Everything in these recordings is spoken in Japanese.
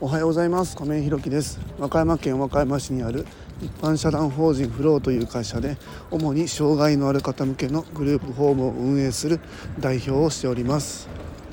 おはようございます。亀井弘樹です。和歌山県和歌山市にある一般社団法人フローという会社で主に障害のある方向けのグループホームを運営する代表をしております。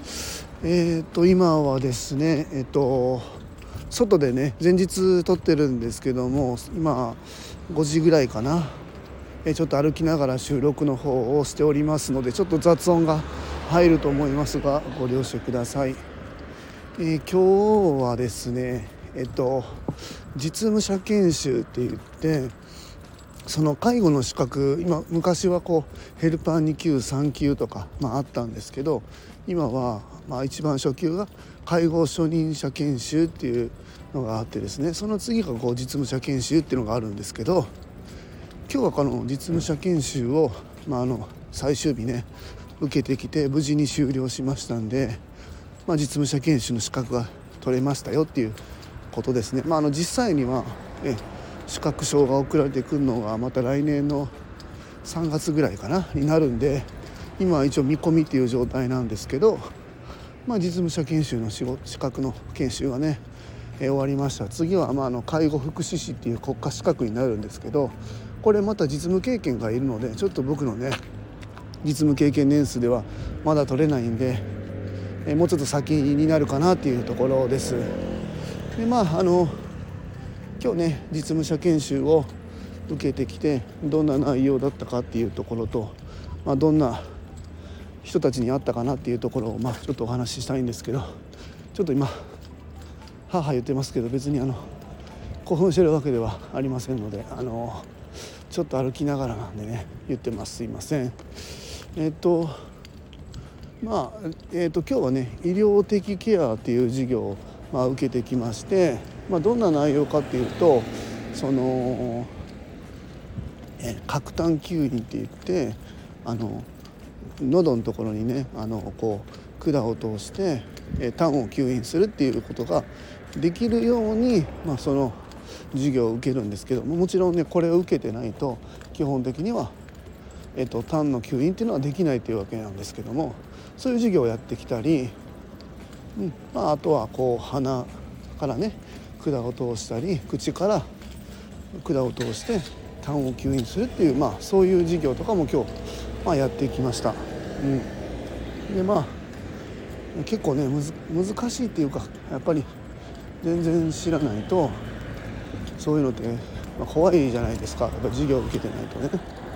今はですね、外でね前日撮ってるんですけども、今5時ぐらいかな、ちょっと歩きながら収録の方をしておりますので、ちょっと雑音が入ると思いますがご了承ください。今日はですね、実務者研修って言って、その介護の資格、昔はヘルパー2級3級とか、あったんですけど、今は一番初級が介護初任者研修っていうのがあってですね、その次が実務者研修っていうのがあるんですけど、今日はこの実務者研修を、最終日ね受けてきて無事に終了しましたんで、実務者研修の資格が取れましたよっていうことですね。実際には資格証が送られてくるのがまた来年の3月ぐらいかなになるんで、今は一応見込みっていう状態なんですけど、実務者研修の資格の研修がね、終わりました。次は介護福祉士っていう国家資格になるんですけど、これまた実務経験がいるので、ちょっと僕のね実務経験年数ではまだ取れないんで、もうちょっと先になるかなっていうところです。で今日ね実務者研修を受けてきてどんな内容だったかっていうところと、どんな人たちに会ったかなっていうところをちょっとお話ししたいんですけど、ちょっと今母言ってますけど、別に興奮してるわけではありませんので、ちょっと歩きながらなんでね言ってます。すいません。今日はね医療的ケアっていう授業を、受けてきまして、どんな内容かっていうと、その角炭吸引って言って、喉のところにね管を通して炭を吸引するっていうことができるように、その授業を受けるんですけども、もちろんねこれを受けてないと基本的には炭の吸引っていうのはできないというわけなんですけども、そういう授業をやってきたり、あとは鼻からね管を通したり、口から管を通して炭を吸引するっていう、そういう授業とかも今日、やってきました。で結構ね難しいっていうか、やっぱり全然知らないとそういうのって、怖いじゃないですか。やっぱり授業を受けてないとね。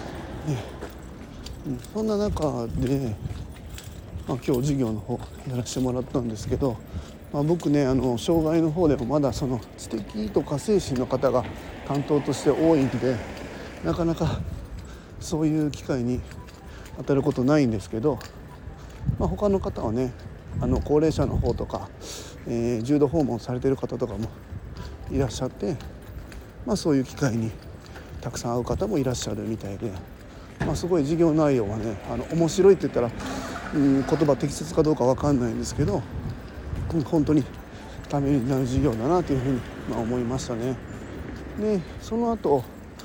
そんな中で、今日授業の方やらせてもらったんですけど、僕ね障害の方でもまだその知的とか精神の方が担当として多いんで、なかなかそういう機会に当たることないんですけど、他の方はね高齢者の方とか、重度訪問されてる方とかもいらっしゃって、そういう機会にたくさん会う方もいらっしゃるみたいで、すごい授業内容はね面白いって言ったら、言葉適切かどうか分かんないんですけど、本当にためになる授業だなというふうに、思いましたね。でその後、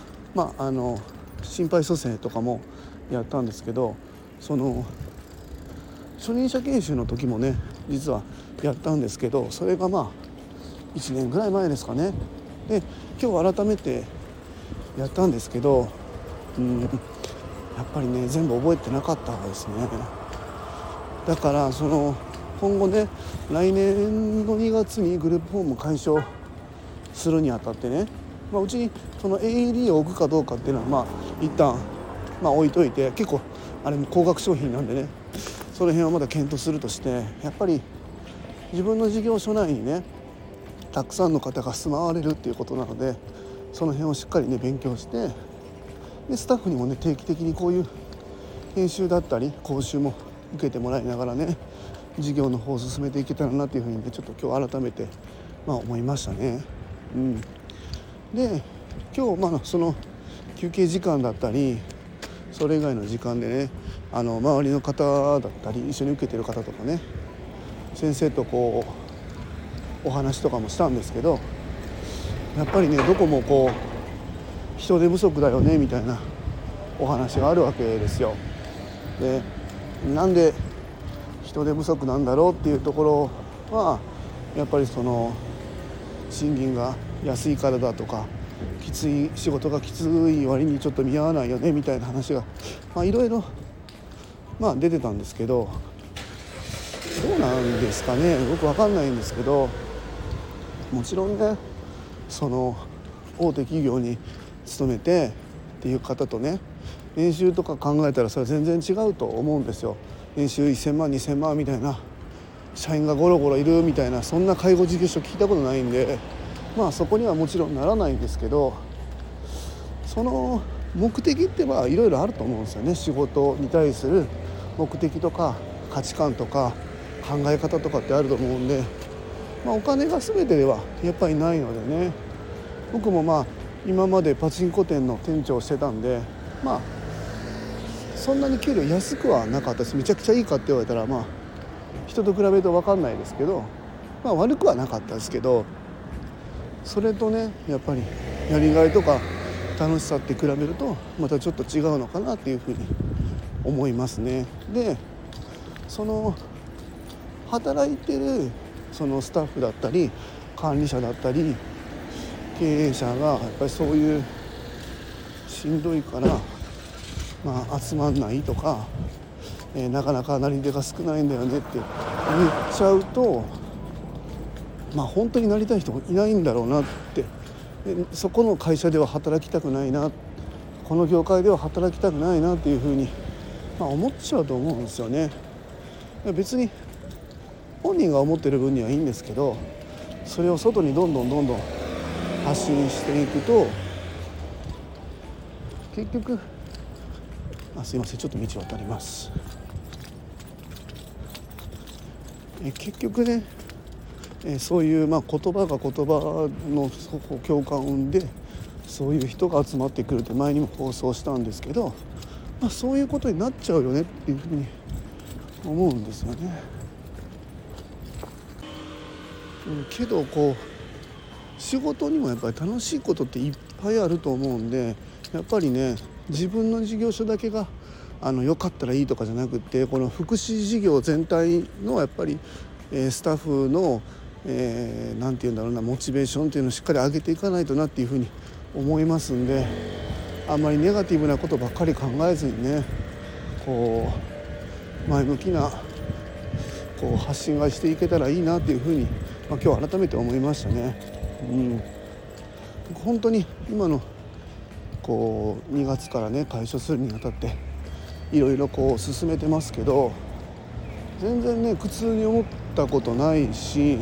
心肺蘇生とかもやったんですけど、その初任者研修の時もね実はやったんですけど、それが1年ぐらい前ですかね。で今日改めてやったんですけど、やっぱりね全部覚えてなかったですね。だから今後ね来年の2月にグループホーム解消するにあたってね、うちにその AED を置くかどうかっていうのは一旦置いといて、結構あれも高額商品なんでね、その辺はまだ検討するとして、やっぱり自分の事業所内にねたくさんの方が住まわれるっていうことなので、その辺をしっかりね勉強して、でスタッフにもね定期的にこういう研修だったり講習も受けてもらいながらね事業の方を進めていけたらなというふうにね、ちょっと今日改めて思いましたね。で今日その休憩時間だったりそれ以外の時間でね周りの方だったり一緒に受けてる方とかね先生とお話とかもしたんですけど、やっぱりねどこも人手不足だよねみたいなお話があるわけですよ。でなんで人手不足なんだろうっていうところは、やっぱり賃金が安いからだとか、仕事がきつい割にちょっと見合わないよねみたいな話がいろいろ出てたんですけど、どうなんですかね、僕分かんないんですけど、もちろんねその大手企業に勤めてっていう方とね、年収とか考えたらそれは全然違うと思うんですよ。年収1000万2000万みたいな社員がゴロゴロいるみたいな、そんな介護事業所聞いたことないんで、そこにはもちろんならないんですけど、その目的っていろいろあると思うんですよね。仕事に対する目的とか価値観とか考え方とかってあると思うんで、お金が全てではやっぱりないのでね。僕も今までパチンコ店の店長をしてたんで、そんなに給料安くはなかったです。めちゃくちゃいいかって言われたら人と比べると分かんないですけど、悪くはなかったですけど、それとねやっぱりやりがいとか楽しさって比べるとまたちょっと違うのかなっていうふうに思いますね。で、その働いてるそのスタッフだったり管理者だったり経営者がやっぱりそういうしんどいから集まんないとか、なかなかなり手が少ないんだよねって言っちゃうと、本当になりたい人もいないんだろうなって、そこの会社では働きたくないな、この業界では働きたくないなっていうふうに、思っちゃうと思うんですよね。別に本人が思ってる分にはいいんですけど、それを外にどんどん発信していくと、結局すいません、ちょっと道を渡ります。結局ね、そういう言葉が言葉の共感を生んで、そういう人が集まってくるって前にも放送したんですけど、そういうことになっちゃうよねっていうふうに思うんですよね。けど仕事にもやっぱり楽しいことっていっぱいあると思うんで、やっぱりね自分の事業所だけが良かったらいいとかじゃなくて、この福祉事業全体のやっぱり、スタッフの、なんていうんだろうな、モチベーションっていうのをしっかり上げていかないとなっていうふうに思いますんで、あんまりネガティブなことばっかり考えずにね、前向きな発信がしていけたらいいなっていうふうに、今日改めて思いましたね。本当に今の2月からね退所するにあたっていろいろ進めてますけど、全然ね苦痛に思ったことないし、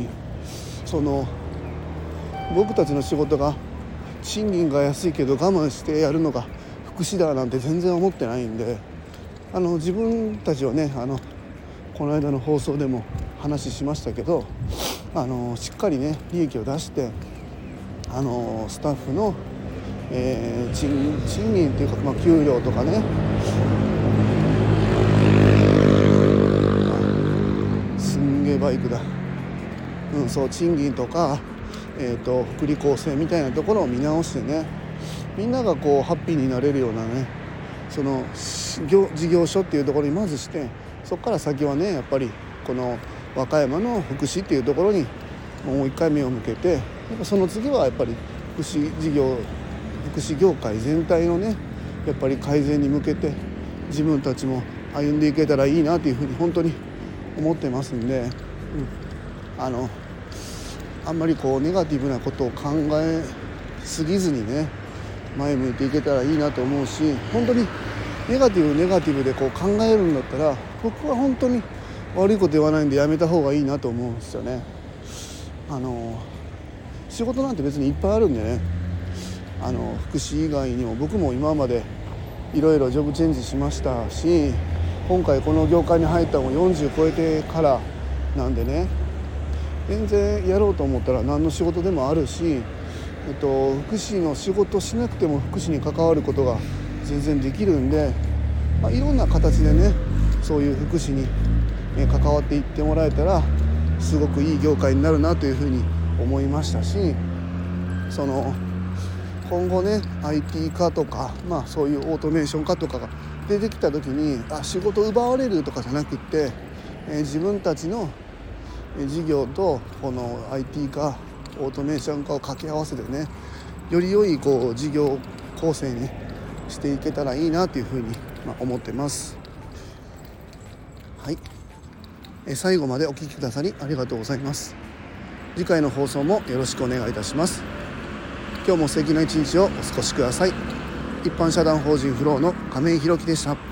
僕たちの仕事が賃金が安いけど我慢してやるのが福祉だなんて全然思ってないんで、自分たちはねこの間の放送でも話しましたけど、しっかりね利益を出してスタッフの、賃金っていうか、給料とかね、すんげえバイクだ、そう賃金とか、福利厚生みたいなところを見直してね、みんながハッピーになれるようなね、その事業所っていうところにまずして、そこから先はねやっぱりこの和歌山の福祉っていうところにもう一回目を向けて、その次はやっぱり福祉業界全体のねやっぱり改善に向けて自分たちも歩んでいけたらいいなというふうに本当に思ってますんで、あんまりネガティブなことを考えすぎずにね前向いていけたらいいなと思うし、本当にネガティブで考えるんだったら、僕は本当に悪いこと言わないんでやめた方がいいなと思うんですよね。仕事なんて別にいっぱいあるんでね、福祉以外にも僕も今までいろいろジョブチェンジしましたし、今回この業界に入ったのも40超えてからなんでね、全然やろうと思ったら何の仕事でもあるし、福祉の仕事しなくても福祉に関わることが全然できるんで、いろんな形でねそういう福祉に関わっていってもらえたらすごくいい業界になるなというふうに思いましたし、今後ね IT 化とか、そういうオートメーション化とかが出てきた時に仕事奪われるとかじゃなくって、自分たちの事業とこの IT 化オートメーション化を掛け合わせてね、より良い事業構成にしていけたらいいなというふうに思ってます。はい、最後までお聞きくださりありがとうございます。次回の放送もよろしくお願いいたします。今日も素敵な一日をお過ごしください。一般社団法人フローの亀井宏樹でした。